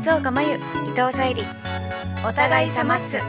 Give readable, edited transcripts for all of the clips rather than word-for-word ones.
松岡真優、伊藤沙莉、お互いさまっす。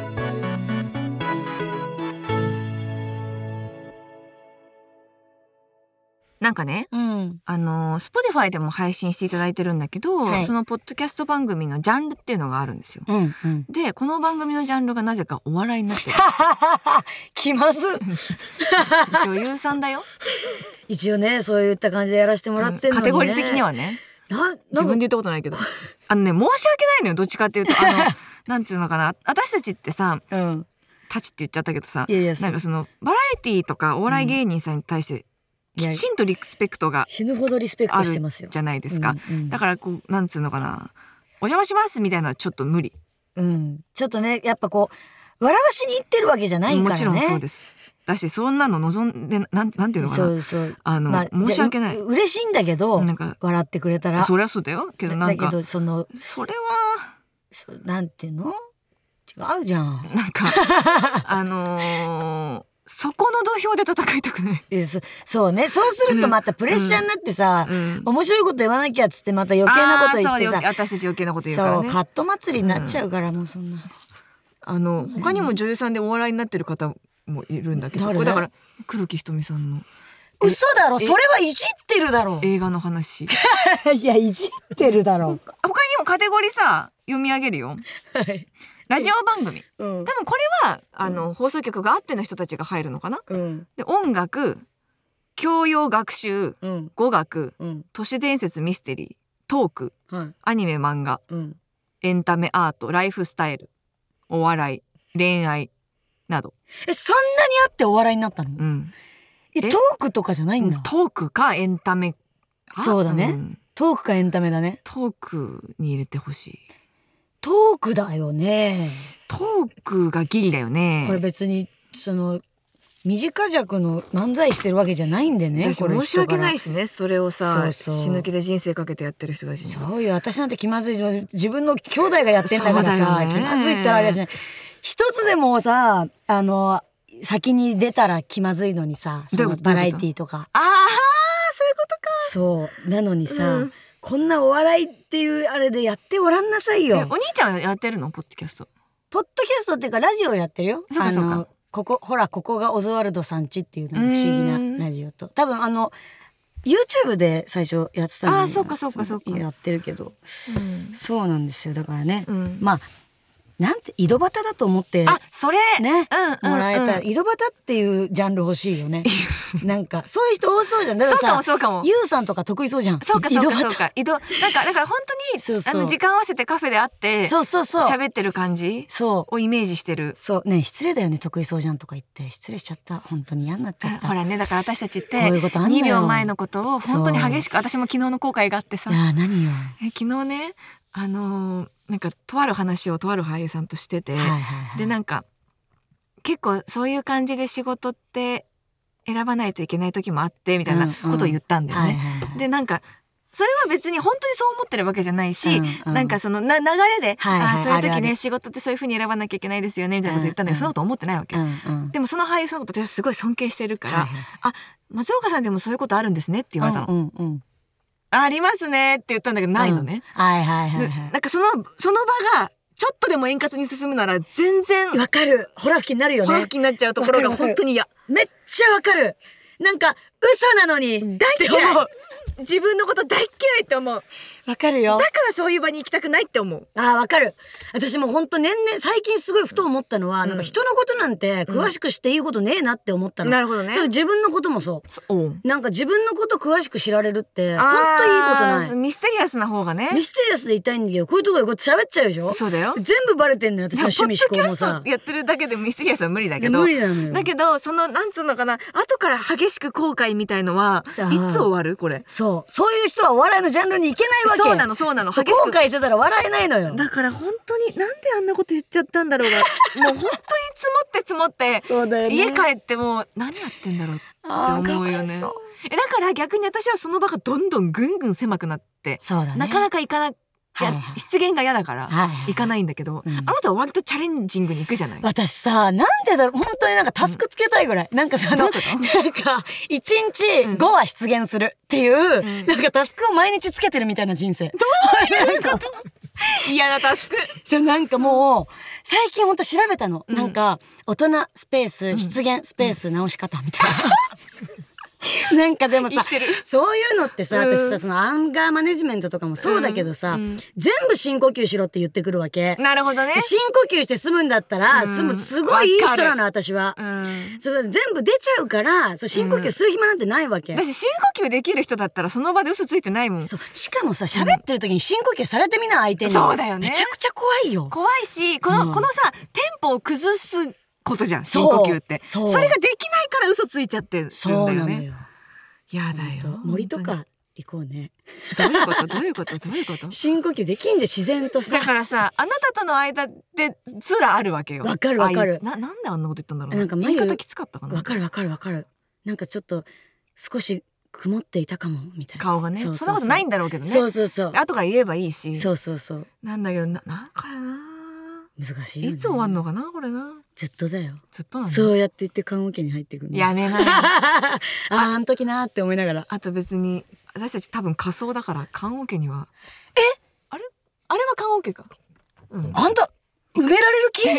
なんかね、Spotify でも配信していただいてるんだけど、 はい、 そのポッドキャスト番組のジャンルっていうのがあるんですよ。で、この番組のジャンルがなぜかお笑いになってる。 気まず女優さんだよ。 一応ね、そういった感じでやらせてもらってんのにね、 カテゴリー的にはね。自分で言ったことないけど。申し訳ないのよ、どっちかっていうと。なんていうのかな。私たちってさ、たちって言っちゃったけどさ、なんかその、バラエティとかお笑い芸人さんに対して、きちんとリスペクトが死ぬほどリスペクトしてますよじゃないですか、だからこうなんつうのかな、お邪魔しますみたいなのはちょっと無理、ちょっとね、やっぱこう笑わしに行ってるわけじゃないからね。もちろんそうです。だしそんなの望んでなんていうのかな、申し訳ない。嬉しいんだけど、なんか笑ってくれたらそりゃそうだよけど、なんかだけどそれはなんていうの、違うじゃん。なんかそこの土俵で戦いたくない。そうね。そうするとまたプレッシャーになってさ、面白いこと言わなきゃっつってまた余計なこと言ってさ、私たち余計なこと言うからね。そう、カット祭りになっちゃうから、もうそんな。他にも女優さんでお笑いになってる方もいるんだけど、これだから黒木瞳さんの。嘘だろ、それはいじってるだろ。映画の話。いや、いじってるだろ。他にもカテゴリーさ、読み上げるよ。ラジオ番組、多分これは放送局があっての人たちが入るのかな、で音楽、教養学習、語学、都市伝説ミステリー、トーク、アニメ漫画、エンタメアート、ライフスタイル、お笑い、恋愛など。そんなにあってお笑いになったの？トークとかじゃないんだ。トークかエンタメ。そうだね、トークかエンタメだね。トークに入れてほしい。トークだよね。トークがギリだよね。これ別にその短尺の漫才してるわけじゃないんでね。これ申し訳ないしね、それをさ、死ぬ気で人生かけてやってる人たちに。そうよ、私なんて気まずい。自分の兄弟がやってんだからさ、気まずいったらあれだしね。一つでもさ、先に出たら気まずいのにさ、そのバラエティーとか。ああ、そういうことか。そうなのにさ、こんなお笑いっていうあれでやっておらんなさいよ。お兄ちゃんやってるの？ポッドキャスト。ポッドキャストっていうかラジオやってるよ。そうか。ここがオズワルドさんちっていう不思議なラジオと、多分YouTube で最初やってたのに。そうかやってるけど、そうなんですよ。だからね、まあなんて井戸端だと思ってそれね、もらえた。井戸端っていうジャンル欲しいよね。なんかそういう人多そうじゃん。だからさ、ユウさんとか得意そうじゃん。そうか。なんかだから本当に時間合わせてカフェで会って喋ってる感じをイメージしてる。そうね、失礼だよね、得意そうじゃんとか言って失礼しちゃった。本当に嫌になっちゃった。ほらね、だから私たちって2秒前のことを本当に激しく、私も昨日の後悔があってさ。何よ。昨日ね、なんかとある話をとある俳優さんとしてて、でなんか結構そういう感じで仕事って選ばないといけない時もあってみたいなことを言ったんだよね。でなんかそれは別に本当にそう思ってるわけじゃないし、なんかその流れで、そういう時ね、仕事ってそういう風に選ばなきゃいけないですよねみたいなこと言ったんだけど、そんなこと思ってないわけ。でもその俳優さんのこと私すごい尊敬してるから、松岡さんでもそういうことあるんですねって言われたの。ありますねって言ったんだけど、ないのね。なんかその場がちょっとでも円滑に進むなら全然わかる。ホラ吹きになるよね。ホラ吹きになっちゃうところが本当に嫌。めっちゃわかる。なんか嘘なのに大嫌い。自分のこと大嫌いって思う。わかるよ。だからそういう場に行きたくないって思う。わかる。私も本当年々最近すごいふと思ったのは、なんか人のことなんて詳しくしていいことねえなって思ったの。なるほどね。それ自分のこともそう。なんか自分のこと詳しく知られるって本当いいことない。ミステリアスな方がね。ミステリアスでいたいんだけど、こういうとこでこう喋っちゃうでしょ。そうだよ。全部バレてんのよ、私の趣味思考もさ。やってるだけでミステリアスは無理だけど。無理なのよ。だけどそのなんつうのかな、後から激しく後悔みたいのはいつ終わるこれ。そういう人はお笑いのジャンルに行けないわけ。そうなの。後悔してたら笑えないのよ。だから本当になんであんなこと言っちゃったんだろうが、もう本当に積もって家帰っても何やってんだろうって思うよね。だから逆に私はその場がどんどんぐんぐん狭くなって、なかなか行かな失言が嫌だから行かないんだけど、あなたは割とチャレンジングに行くじゃない。私さ、なんでだろう、本当になんかタスクつけたいぐらい、なんかそのなんか1日5は出現するっていう、なんかタスクを毎日つけてるみたいな人生。どういうこと？ 嫌なタスク。 そう、なんかもう最近ほんと調べたの、なんか大人スペース失言スペース直し方みたいな、なんかでもさ、そういうのってさ、私さ、そのアンガーマネジメントとかもそうだけどさ、全部深呼吸しろって言ってくるわけ。 なるほどね。 深呼吸して済むんだったら、すごいいい人なの私は。それ全部出ちゃうから、深呼吸する暇なんてないわけ。 私深呼吸できる人だったらその場で嘘ついてないもん。 そう、しかもさ、喋ってる時に深呼吸されてみな、相手に。 そうだよね。 めちゃくちゃ怖いよ。 怖いし、このさ、テンポを崩すことじゃん、深呼吸って。それができないから嘘ついちゃってるんだよね。 そうなのよ。 やだよ。 森とか行こうね。 どういうこと深呼吸できんじゃん、自然とさ。 だからさ、あなたとの間ですらあるわけよ。 わかる。 なんであんなこと言ったんだろうな。なんか言い方きつかったかな。 わかる。なんかちょっと少し曇っていたかもみたいな。 顔がね。そんなことないんだろうけどね。 そう。 後から言えばいいし。 そう。 なんだけど、なんからな。 難しいよね。 いつ終わんのかな、これな。 ずっとだよ。 ずっとなんだ。 そうやって言って棺桶に入ってくるの。 やめない。 あん時なーって思いながら。 あと別に私たち多分仮想だから棺桶には。あれは棺桶か。 あんた埋められる気？どういう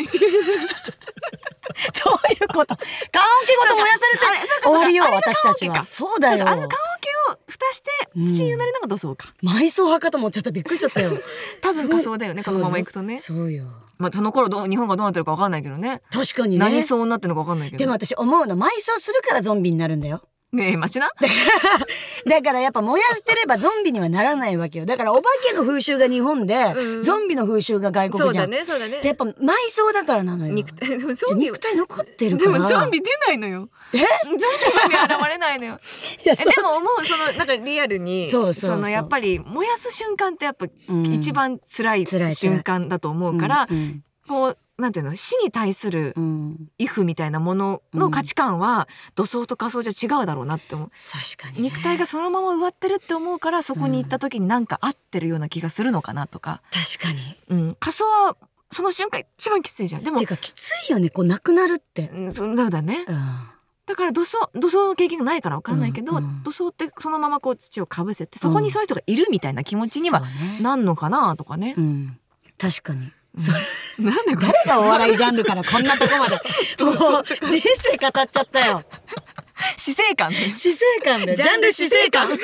こと？棺桶ごと燃やされて終わりよ、私たちは。そうだよ。 あの棺桶を蓋して土埋めるのが土葬か。 埋葬派かと思っちゃった。びっくりしちゃったよ。 多分仮想だよね、このまま行くとね。 そうよ。 まあその頃日本がどうなってるか分かんないけどね。 確かにね。 何葬になってるのか分かんないけど。 でも私思うの、埋葬するからゾンビになるんだよ。 ねえ、待ちな。 だからやっぱ燃やしてればゾンビにはならないわけよ。だからお化けの風習が日本で、ゾンビの風習が外国じゃん。 そうだね。 でやっぱ埋葬だからなのよ。肉体残ってるから。 でもゾンビ出ないのよ。ゾンビは現れないのよ。でも思う、なんかリアルにそのやっぱり燃やす瞬間ってやっぱ一番辛い瞬間だと思うから、こうなんていうの、死に対する畏怖みたいなものの価値観は土葬と仮葬じゃ違うだろうなって思う。 確かにね。 肉体がそのまま植わってるって思うから、そこに行った時になんか合ってるような気がするのかなとか。 確かに。 仮葬はその瞬間一番きついじゃん。でもてかきついよね、こうなくなるって。 そうだね。だから土葬の経験がないから分からないけど、土葬ってそのままこう土をかぶせて、そこにそういう人がいるみたいな気持ちにはなんのかなとかね。 確かに。 なんで誰がお笑いジャンルからこんなとこまでもう人生語っちゃったよ。 死生観でジャンル死生観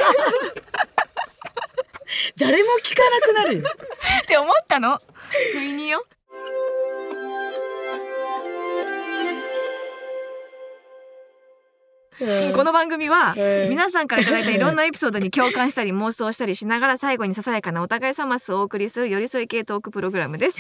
誰も聞かなくなるよって思ったの。不意によ。この番組は皆さんからいただいたいろんなエピソードに共感したり妄想したりしながら、最後にささやかなお互いさますをお送りする寄り添い系トークプログラムです。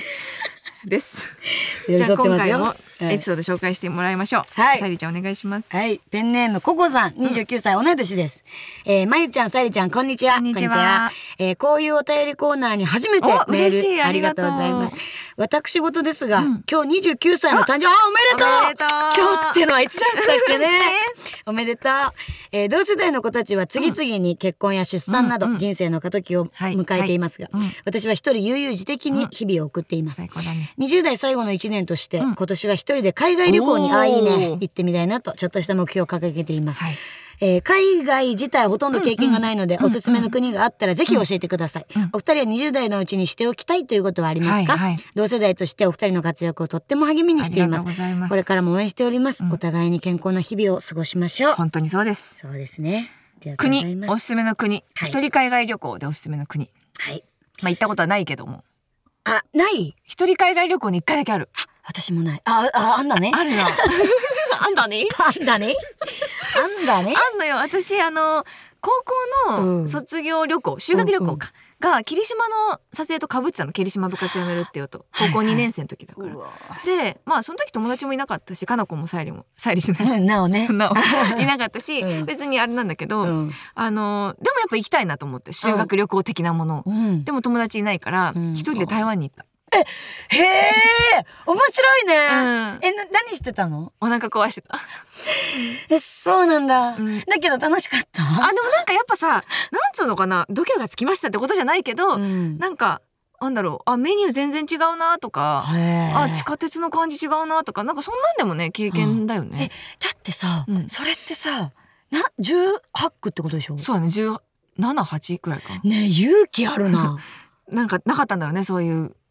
じゃあ今回もエピソード紹介してもらいましょう。さゆりちゃんお願いします。 はい、ペンネームココさん、29歳、同い年です。まゆちゃん、さゆりちゃん、こんにちは。 こんにちは。 こういうお便りコーナーに初めてメールありがとうございます。私事ですが、今日29歳の誕生、おめでとう。今日ってのはいつだったっけね。おめでとう。同世代の子たちは次々に結婚や出産など人生の過渡期を迎えていますが、私は一人悠々自適に日々を送っています。20代最後の1年として、今年は一人で海外旅行にいいね行ってみたいなとちょっとした目標を掲げています。海外自体ほとんど経験がないので、おすすめの国があったらぜひ教えてください。お二人は20代のうちにしておきたいということはありますか？同世代としてお二人の活躍をとっても励みにしています。これからも応援しております。お互いに健康な日々を過ごしましょう。 本当にそうです。 そうですね。 国、おすすめの国、一人海外旅行でおすすめの国。まあ行ったことはないけども。 ない？ 一人海外旅行に1回だけある。 私もない。あんだね。 あるな。あんだね。 あんだね。 あんのよ。私高校の卒業旅行、修学旅行が霧島の撮影と被ってたの。霧島部活やめるっていうと高校2年生の時だから。でまあその時友達もいなかったし、かなこもさゆりじゃない。 なおね。 いなかったし、別にあれなんだけど、でもやっぱ行きたいなと思って、修学旅行的なもの。でも友達いないから一人で台湾に行った。 へえ、面白いね。何してたの？ お腹壊してた。 そうなんだ。だけど楽しかった？ でもなんかやっぱさ、なんつうのかな、度胸がつきましたってことじゃないけど、なんかなんだろう、メニュー全然違うなとか、地下鉄の感じ違うなとか、なんかそんなんでもね経験だよね。 だってさ、それってさ、18区ってことでしょ？ そうだね、17、8くらいか。 ね、勇気あるな。 なんかなかったんだろうね、そういう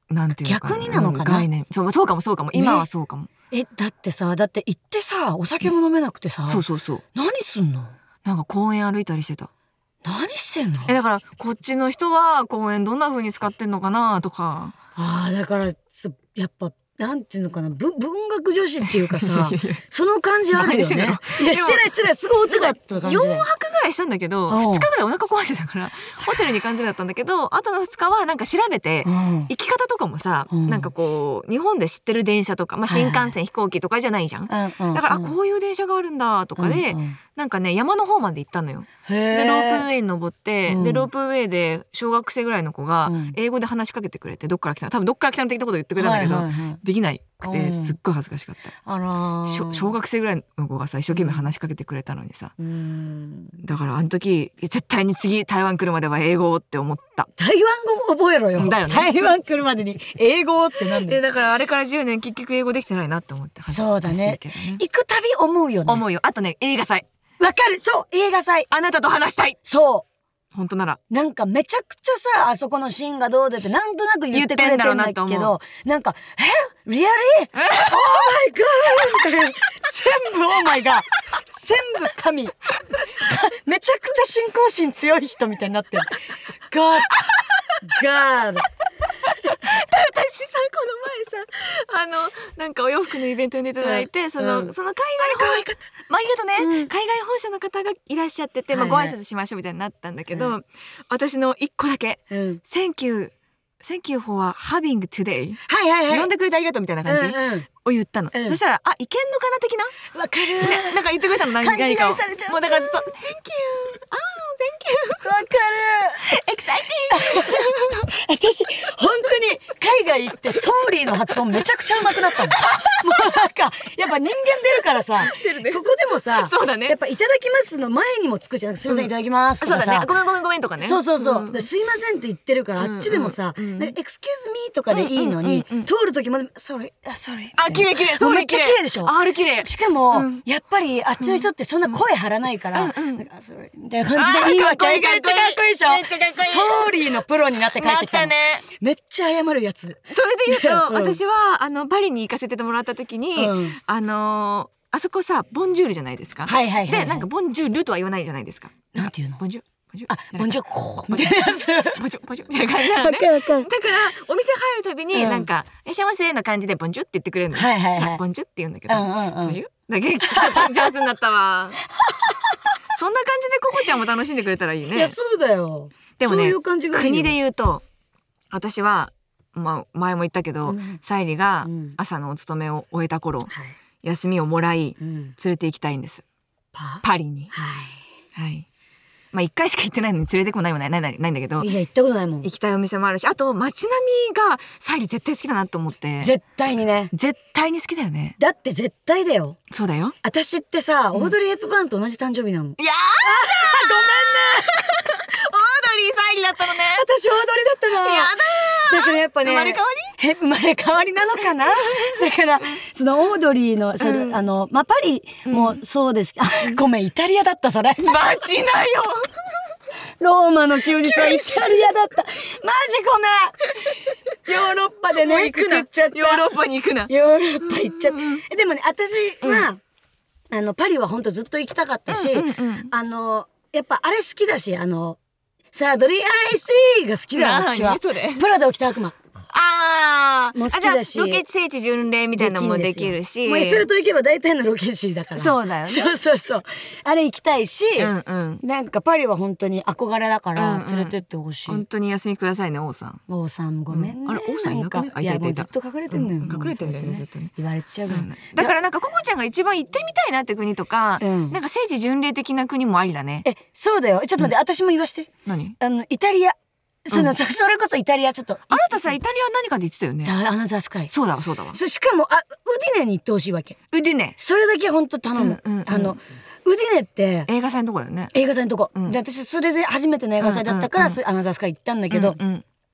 なんていうのかな、 逆になのかな、 概念。そうかも今はそうかも、 だって行ってさお酒も飲めなくてさ、 そう何すんの？なんか公園歩いたりしてた。 何してんの？ だからこっちの人は公園どんな風に使ってんのかなとか。 だからやっぱなんていうのかな、文学女子っていうかさその感じあるよね。いや失礼すごい落ちがった感じで 4泊ぐらいしたんだけど2日ぐらいお腹壊してたからホテルに缶詰だったんだけど、あとの2日はなんか調べて、行き方とかもさ、なんかこう日本で知ってる電車とか、新幹線飛行機とかじゃないじゃん、だからこういう電車があるんだとかで、なんかね山の方まで行ったのよ。でロープウェイに登って、でロープウェイで小学生ぐらいの子が英語で話しかけてくれて、どっから来たの、多分どっから来たの的なこと言ってくれたんだけど、できないくてすっごい恥ずかしかった。小学生ぐらいの子がさ一生懸命話しかけてくれたのにさ、だからあの時絶対に次台湾来るまでは英語って思った。 台湾語覚えろよ。だよね。台湾来るまでに英語ってなんだよ。 だからあれから10年結局英語できてないなって思って。 そうだね。行くたび思うよね。 思うよ。あとね、映画祭。 わかる。そう、映画祭。 あなたと話したい。 そう。 本当なら。 なんかめちゃくちゃさ、あそこのシーンがどうでってなんとなく言ってくれてんだけど、なんか、リアリーオーマイガー全部オーマイガー全部神めちゃくちゃ信仰心強い人みたいになってる。ガード私さこの前さなんかお洋服のイベントに出ていただいて、その海外本社の方がいらっしゃってて、ご挨拶しましょうみたいになったんだけど、私の一個だけThank you for having today 呼んでくれてありがとうみたいな感じを言ったの。そしたらいけんのかな的な。 わかる。 なんか言ってくれたの。 勘違いされちゃう。 もうだからずっと Thank you わかる。 エキサイティング私本当に海外行ってソーリーの発音めちゃくちゃ上手くなったの。もうなんかやっぱ人間出るからさ、ここでもさ、 そうだね、 やっぱいただきますの前にもつくじゃん。すいません、いただきますとかさ、 そうだね、ごめんとかね。 そう、すいませんって言ってるから、あっちでもさ、エクスキューズミーとかでいいのに、通る時まずsorry 綺麗めっちゃ綺麗でしょ。 綺麗。 しかもやっぱりあっちの人ってそんな声張らないから、なんかsorryみたいな感じでいいわけ。かっこいいでしょ。ソーリーのプロになって帰ってきたの。めっちゃ謝るやつ。それで言うと私はパリに行かせてもらった時に、あそこさボンジュールじゃないですか。でなんかボンジュールとは言わないじゃないですか。 なんていうの？ ボンジュール。 ボンジュールみたいなやつ。 ポチョみたいな感じなのね。だからお店入るたびになんかいらっしゃいませの感じでボンジューって言ってくれるの。ボンジューって言うんだけど、ボンジューだけちょっと上手になったわ。そんな感じでココちゃんも楽しんでくれたらいいね。 いやそうだよ。でもね、 国で言うと私は前も言ったけど、沙莉が朝のお勤めを終えた頃、休みをもらい連れて行きたいんです。パリに。はい。1回しか行ってないのに連れてくもないんだけど。 いや行ったことないもん。 行きたいお店もあるし、あと街並みが沙莉絶対好きだなと思って。 絶対にね。 絶対に好きだよね。 だって絶対だよ。 そうだよ。 私ってさ、オードリー・ヘップバーンと同じ誕生日なの。いやーごめんね。 オードリー沙莉だったのね。 私オードリーだったの。やだ。だからやっぱね。 生まれ変わりなのかな。だからそのオードリーのパリもそうです。ごめんイタリアだったそれ。 マジだよ。 ローマの休日はイタリアだった。マジごめん。ヨーロッパでねくくっちゃった。 ヨーロッパに行くな。 ヨーロッパ行っちゃった。でもね私はパリは本当ずっと行きたかったし、やっぱあれ好きだしサドリアイシーが好きだ私は。プラダを着た悪魔。もう好きだし、 ロケ地聖地巡礼みたいなのもできるし、 もうエッフェル塔行けば大体のロケ地だから。 そうだよね。 そうあれ行きたいし、なんかパリは本当に憧れだから連れてってほしい。 本当に休みくださいね王さん。 王さんごめんね。 あれ王さんいなくね。 いやもうずっと隠れてんのよ。 隠れてんだよねずっとね。 言われちゃうから。 だからなんかココちゃんが一番行ってみたいなって国とか、なんか聖地巡礼的な国もありだね。 そうだよ。ちょっと待って私も言わして。 何？ イタリア。それこそイタリアちょっと。 あなたさイタリア何かで言ってたよね。 アナザースカイ。 そうだわ。しかもウディネに行ってほしいわけ。 ウディネ。 それだけ本当頼む。ウディネって映画祭のとこだよね。 映画祭のとこ。で私それで初めての映画祭だったからアナザースカイ行ったんだけど、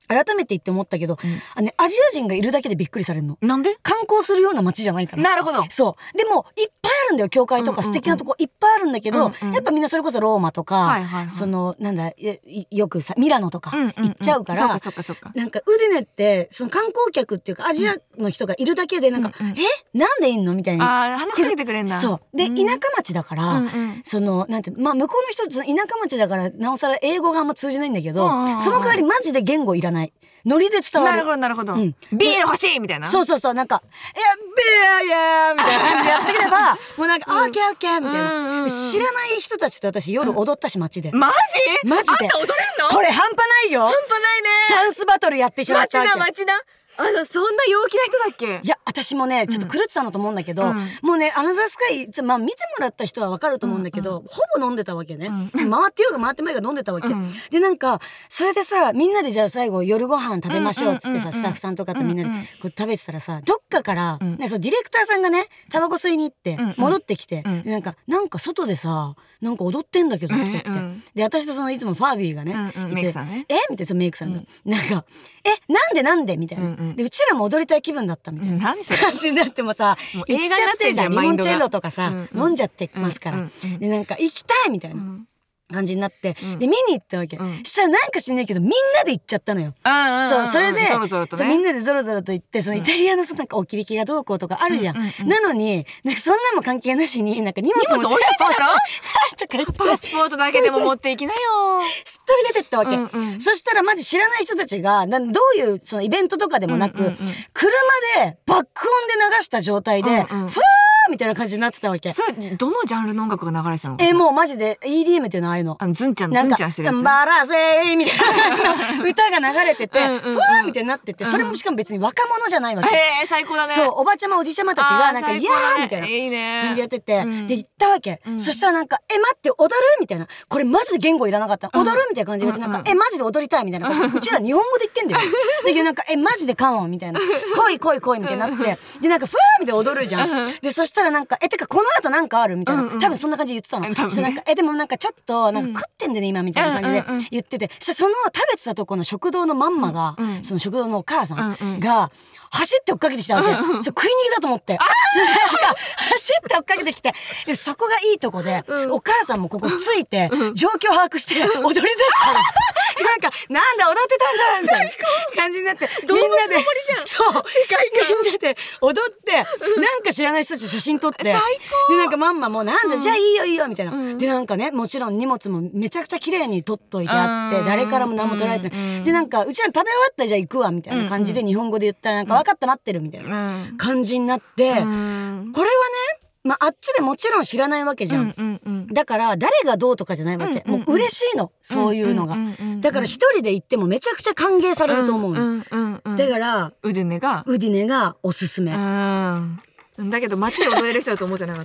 改めて言って思ったけど、アジア人がいるだけでびっくりされるの。 なんで？ 観光するような街じゃないから。 なるほど。 そう。でも、いっぱいあるんだよ。教会とか素敵なとこいっぱいあるんだけど、やっぱみんなそれこそローマとか、なんだ、よくさ、ミラノとか行っちゃうから、なんかウディネって、その観光客っていうか、アジアの人がいるだけで、なんか、なんでいんのみたいな。 話しかけてくれんだ。 そう。で、田舎町だから、なんて、まあ、向こうの人、田舎町だから、なおさら英語があんま通じないんだけど、その代わりマジで言語いらない。ノリで伝わる。 なるほど。ビール欲しいみたいな。 そう。なんか、ビーみたいな感じでやってくれば、もうなんか、オッケーみたいな。知らない人たちと私夜踊ったし、街で。 マジで。 あんた踊れんの？これ半端ないよ。 半端ないね。 ダンスバトルやってしまったわけ。 街だ。そんな陽気な人だっけ？ いや、私もね、ちょっと狂ってたのと思うんだけど、もうね、アナザースカイ、まあ見てもらった人はわかると思うんだけど、ほぼ飲んでたわけね。回ってようが回ってまいが飲んでたわけ。で、なんか、それでさ、みんなでじゃあ最後夜ご飯食べましょうっつってさ、スタッフさんとかとみんなでこう食べてたらさ、どっかから、そのディレクターさんがね、タバコ吸いに行って、戻ってきて、なんか外でさ、なんか踊ってんだけど、とか言って。で、私とそのいつもファービーがね、 メイクさんね。 みたいな、そのメイクさんが。なんか、なんでみたいな。で、うちらも踊りたい気分だったみたいな感じになってもさ、行っちゃってんじゃん。リモンチェッロとかさ、飲んじゃってますから。で、なんか行きたいみたいな感じになって、で、見に行ったわけ。したらなんか知んないけど、みんなで行っちゃったのよ。そう、それで、みんなでゾロゾロと行って、そのイタリアのさ、なんか置き引きがどうこうとかあるじゃん。なのに、なんかそんなも関係なしに、なんか荷物も置いてたのとか言って。 パスポートだけでも持っていきなよ。 すっ飛び出てったわけ。そしたらマジ知らない人たちが、どういうそのイベントとかでもなく、車でバック音で流した状態で、ふわーみたいな感じになってたわけ。 それ、どのジャンルの音楽が流れてたの？ もうマジで EDM っていうのああいうの。 ズンちゃんしてるやつ。 バラセーみたいな感じの歌が流れてて、ふわーみたいになってて、それもしかも別に若者じゃないわけ。 最高だね。 そう、おばちゃまおじちゃまたちが、なんか、いやーみたいな感じでやってて、で、行ったわけ。そしたらなんか、待って、踊るみたいな。これマジで言語いらなかった。踊るみたいな感じで言って、なんか、マジで踊りたいみたいな感じ。うちら日本語で言ってんだよ。で、なんか、マジでカモンみたいな。来いみたいになって。で、なんか、ふわーみたいな踊るじゃん。で、そしたらなんか、てかこの後なんかあるみたいな。多分そんな感じで言ってたの。そしたらなんか、でもなんかちょっと、なんか食ってんでね、今みたいな感じで言ってて。そしたらその食べてたとこの食堂のまんまが、その食堂のお母さんが、走って追っかけてきたわけ。食い逃げだと思って。走って追っかけてきて。で、そこがいいとこで、お母さんもここついて、状況把握して踊り出したの。なんか、なんだ、踊ってたんだみたいな感じになって、みんなで、そう、みんなで踊って、なんか知らない人たちと写真撮って、で、なんかマンマも、なんだ、じゃあいいよ、みたいな。で、なんかね、もちろん荷物もめちゃくちゃ綺麗に撮っといてあって、誰からも何も撮られてない。で、なんか、うちら食べ終わったらじゃあ行くわ、みたいな感じで日本語で言ったら、なんか、分かった待ってる、みたいな感じになって、これはね、まあ、あっちでもちろん知らないわけじゃん。だから、誰がどうとかじゃないわけ。もう嬉しいの、そういうのが。だから一人で行ってもめちゃくちゃ歓迎されると思うの。だから、 ウディネがおすすめ。 だけど街で踊れる人だと思ってなかった。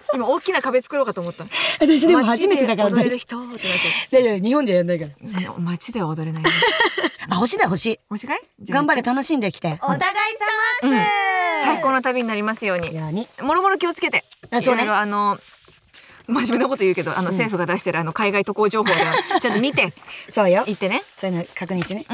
今大きな壁作ろうかと思った。 私でも初めてだから踊れる人ってなっちゃう。いや日本じゃやんないから。 街では踊れない。 欲しい。 欲しがい？ 頑張れ、楽しんできて。 お互い様っす。 最高の旅になりますように。もろもろ気をつけて。 そうね。 真面目なこと言うけど、政府が出してる海外渡航情報でちゃんと見て。 そうよ。 行ってね。 そういうの確認してね。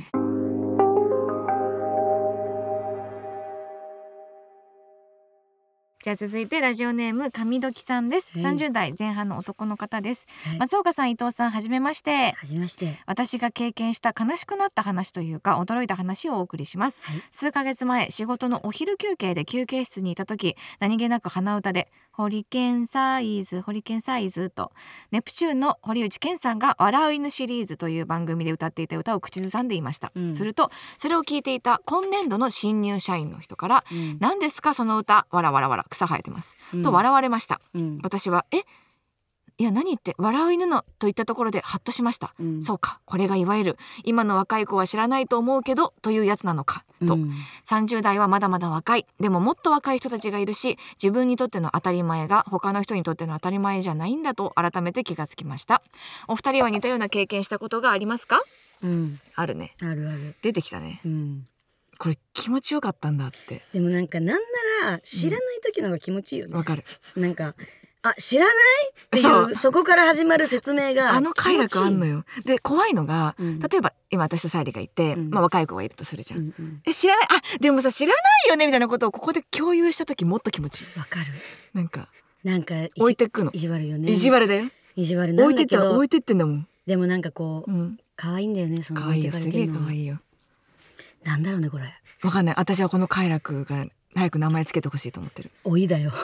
じゃあ続いてラジオネーム神時さんです。30代前半の男の方です。松岡さん、伊藤さん、はじめまして。 はじめまして。 私が経験した悲しくなった話というか驚いた話をお送りします。数ヶ月前、仕事のお昼休憩で休憩室にいた時、何気なく鼻歌でホリケンサイズとネプチューンの堀内健さんが笑う犬シリーズという番組で歌っていた歌を口ずさんでいました。するとそれを聞いていた今年度の新入社員の人から、何ですかその歌、わらわらわら草生えてます、と笑われました。私はいや何言って笑う犬のといったところでハッとしました。そうか、これがいわゆる今の若い子は知らないと思うけどというやつなのかと。30代はまだまだ若い。でももっと若い人たちがいるし、自分にとっての当たり前が他の人にとっての当たり前じゃないんだと改めて気がつきました。お二人は似たような経験したことがありますか？あるね。 ある。 出てきたね。これ気持ちよかったんだって。 でもなんかなんなら知らない時の方が気持ちいいよね。 わかる。 なんか知らないっていうそこから始まる説明が快楽あんのよ。で怖いのが、例えば今私と沙莉がいて、若い子がいるとするじゃん、知らない、でもさ知らないよねみたいなことをここで共有した時もっと気持ちいい。 わかる。 なんか置いてくの。 意地悪よね。 意地悪だよ。 意地悪なんだけど置いてってんだもん。 でもなんかこう可愛いんだよね、その可愛いよ、すげえ可愛いよ。 なんだろうねこれ。 わかんない。私はこの快楽が早く名前つけてほしいと思ってる。 老いだよ。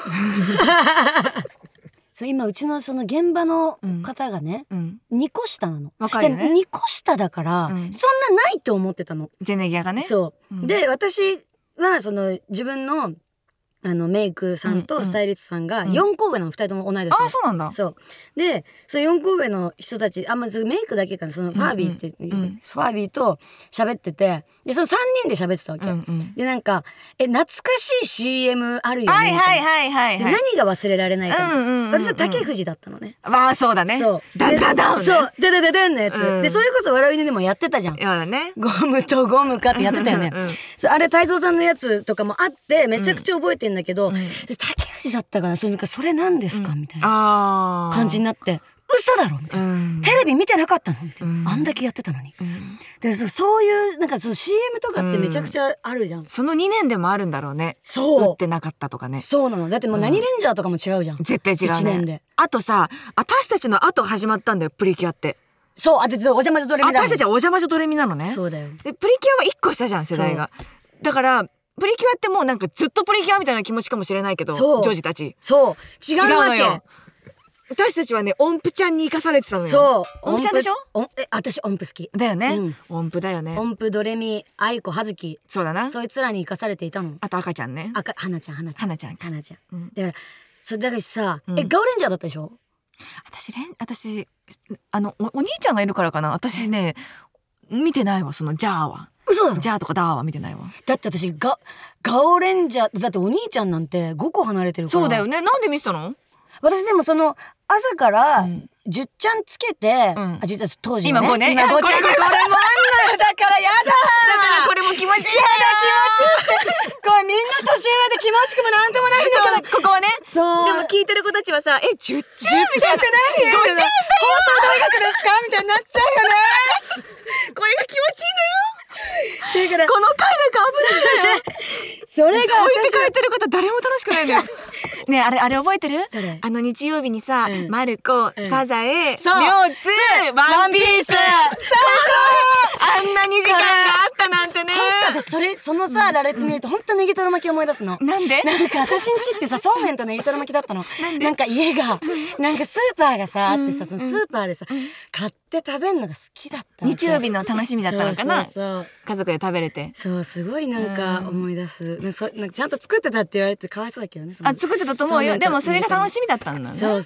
そう今うちのその現場の方がね、2個下なの。 若いよね。 2個下だから、そんなないと思ってたの。 ジェネギアがね。 そう。で私はその自分のメイクさんとスタイリストさんが4個上の2人とも同い年。 そうなんだ。 そうでその4個上の人たちまずメイクだけかな、そのファービーって、ファービーと喋ってて、でその3人で喋ってたわけ、でなんか懐かしい CM あるよねみたいな、で何が忘れられないか、私は竹藤だったのね。 そうだね。そうダンダンそうダダダダンのやつ、でそれこそ笑い犬でもやってたじゃん。ゴムとゴムかってやってたよね。あれ泰造さんのやつとかもあってめちゃくちゃ覚えてんだけど、竹藤だったからそれ何ですかみたいな感じになって、嘘だろみたいな、テレビ見てなかったのみたいな、あんだけやってたのに、でそういうなんかその CM とかってめちゃくちゃあるじゃん。 その2年でもあるんだろうね。 そう打ってなかったとかね。 そうなの。だってもう何レンジャーとかも違うじゃん、 絶対違うね。 1年で。 あとさ、私たちの後始まったんだよプリキュアって。 そう、お邪魔女ドレミだもん。 私たちはお邪魔女ドレミなのね。 そうだよ。 でプリキュアは1個下じゃん世代が。だからプリキュアってもうなんかずっとプリキュアみたいな気持ちかもしれないけど、ジョージたちそう違うわけ。 私たちはね音符ちゃんに生かされてたのよ。 そう音符ちゃんでしょ。 私音符好きだよね、音符だよね。 音符ドレミ愛子葉月、 そうだな。 そいつらに生かされていたの。 あと赤ちゃんね。 花ちゃん、だからそれだからさ、ガオレンジャーだったでしょ。 私お兄ちゃんがいるからかな。私ね見てないわ、そのジャーは。 嘘だろ。 ジャーとかダーは見てないわ。 だって私ガオレンジャーだってお兄ちゃんなんて5個離れてるから。 そうだよね。なんで見てたの。 私でもその朝から10ちゃんつけて、当時今5ね。今5ちゃん。これもあんのよ。だからやだ。だからこれも気持ちいい。やだ気持ちいいって。これみんな年上で気持ちくもなんともないんだけど、ここはね。そう。でも聞いてる子たちはさ、10ちゃんって何？5ちゃんだよ。放送大学ですかみたいになっちゃうよね。これが気持ちいいのよ。だからこの回の顔する。それが置いてかれてる方誰も楽しくないのよ。ね、あれ覚えてる？日曜日にさ、マルコ、サザエ、りょうつ、ワンピース、最高。あんな2時間があったなんてね。 そのさ羅列見ると本当ネギトロ巻き思い出すの。 なんで？ なんか私んちってさそうめんとネギトロ巻きだったの。なんか家がなんかスーパーがさあってさ、そのスーパーでさ買って食べるのが好きだった。 日曜日の楽しみだったのかな。 そう家族で食べれて。 そうすごいなんか思い出す。なんかちゃんと作ってたって言われてかわいそうだけどね。 作ってたと思うよ。でもそれが楽しみだったんだね。 そう。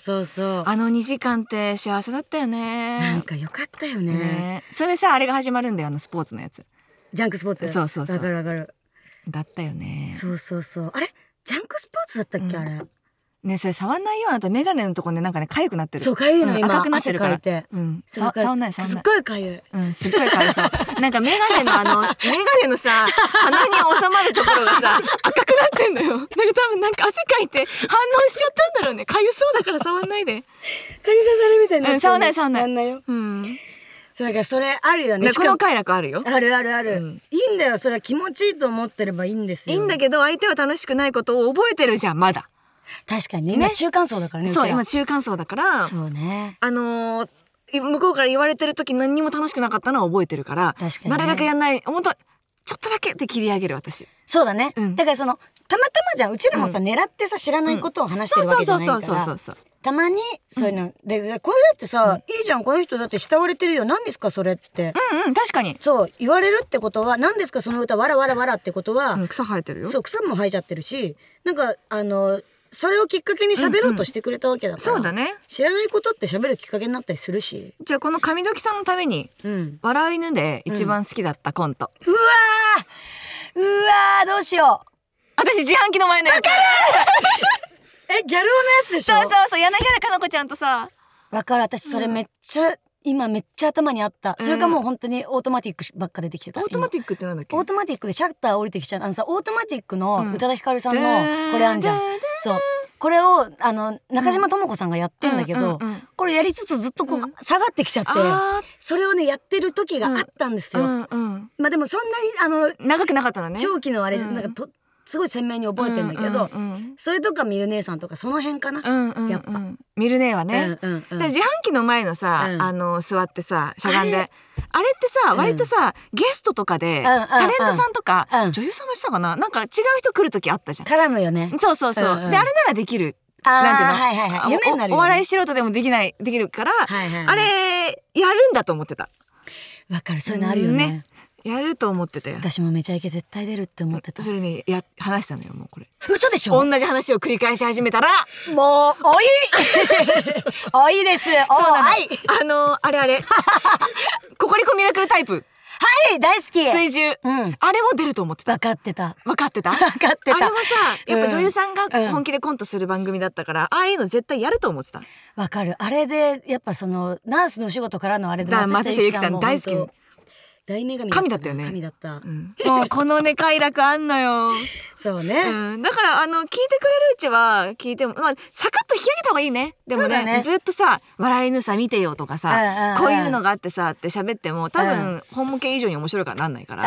2時間って幸せだったよね。 なんか良かったよね。 それでさあれが始まるんだよ、スポーツのやつ。 ジャンクスポーツ。 そう。 わかる。 だったよね。 そう。あれジャンクスポーツだったっけ、あれ。 ね、それ触んないよ。あとメガネのとこね、なんかね痒くなってる。 そう痒いの今、 赤くなってるから。触んない。 すっごい痒い。 すっごい痒そう。なんかメガネのさ鼻に収まるところがさ赤くなってんのよ。だから多分なんか汗かいて反応しちゃったんだろうね。痒そうだから触んないで。 蚊に刺さるみたいな。 触んない。 なんないよ。そうだからそれあるよね。 この快楽あるよ。 ある。いいんだよ。それは気持ちいいと思ってればいいんですよ。 いいんだけど相手は楽しくないことを覚えてるじゃんまだ。 確かにね。今中間層だからね。 そう今中間層だから。 そうね。 向こうから言われてる時何にも楽しくなかったのは覚えてるから。確かに。なるだけやんない。本当ちょっとだけで切り上げる私。そうだね。だからたまたまじゃん。うちらもさ狙ってさ知らないことを話してるわけじゃないから。そう。たまにそういうのでこれだってさいいじゃん、この人だって慕われてるよ、何ですかそれって。確かにそう言われるってことは何ですかその歌わらわらわらってことは草生えてるよ。そう草も生えちゃってるし、なんかそれをきっかけに喋ろうとしてくれたわけだから。そうだね。知らないことって喋るきっかけになったりするし。じゃあこの神時さんのために笑い犬で一番好きだったコント。うわーどうしよう。私自販機の前のやつ。わかる。ギャル男のやつでしょ。そう柳原可奈子ちゃんとさ。わかる。私それ今めっちゃ頭にあった。それかもう本当にオートマティックばっか出てきてた。オートマティックってなんだっけ。オートマティックでシャッター降りてきちゃう。オートマティックの宇多田ヒカルさんのこれあんじゃん。そうこれを中島智子さんがやってんだけど、これやりつつずっとこう下がってきちゃって、それをねやってる時があったんですよ。まあでもそんなに長くなかったのね。 長期のあれなんかすごい鮮明に覚えてんだけど、それとかミル姉さんとかその辺かな、やっぱミル姉はね、自販機の前のさ、座ってさしゃがんで、あれってさ割とさ、ゲストとかでタレントさんとか女優さんもしたかな、なんか違う人来る時あったじゃん。 絡むよね。 そうそうそう。であれならできる。なんていうの、夢になる。お笑い素人でもできるから、あれやるんだと思ってた。 わかる、そういうのあるよね。 やると思ってたよ。 私もめちゃイケ絶対出るって思ってた。 それね話したのよ、もうこれ。 嘘でしょ。 同じ話を繰り返し始めたらもうおいおいです。 あれココリコミラクルタイプ。 はい、大好き。 水10、あれも出ると思ってた。 分かってた。 あれもさ、やっぱ女優さんが本気でコントする番組だったから、ああいうの絶対やると思ってた。 わかる。あれでやっぱそのナースの仕事からのあれで松下由樹さん大好き。 大女神だったよね。 神だった。 もうこのね快楽あんのよ。 そうね。 だから聞いてくれるうちは聞いても、まあサクッと引き上げた方がいいね。でもねずっとさ笑いぬさ見てよとかさ、こういうのがあってさって喋っても多分本向け以上に面白いからなんないから。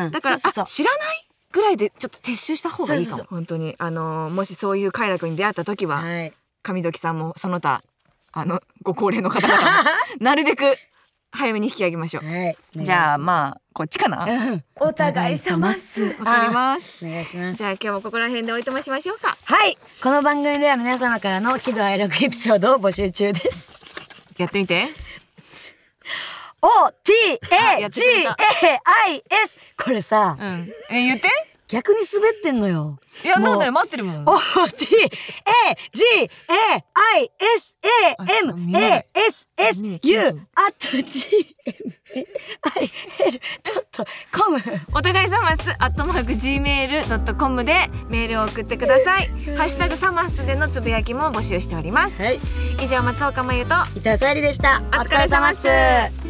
だから知らないぐらいでちょっと撤収した方がいいかも。本当にもしそういう快楽に出会った時は神時さんもその他ご高齢の方々もなるべく早めに引き上げましょう。じゃあまあこっちかな。 お互い様っす。 わかります。 お願いします。 じゃあ今日もここら辺でおいとましましょうか。 はい。この番組では皆様からの喜怒哀楽エピソードを募集中です。 やってみて。 OTAGAIS。これさ。 言って。 逆に滑ってんのよ。 いや、なんだよ、待ってるもん。 OTAGAISAMASU@gmail.com お互いさます@gmail.com でメールを送ってください。ハッシュタグサマスでのつぶやきも募集しております。以上、松岡真優と伊藤沙莉でした。 お疲れ様です。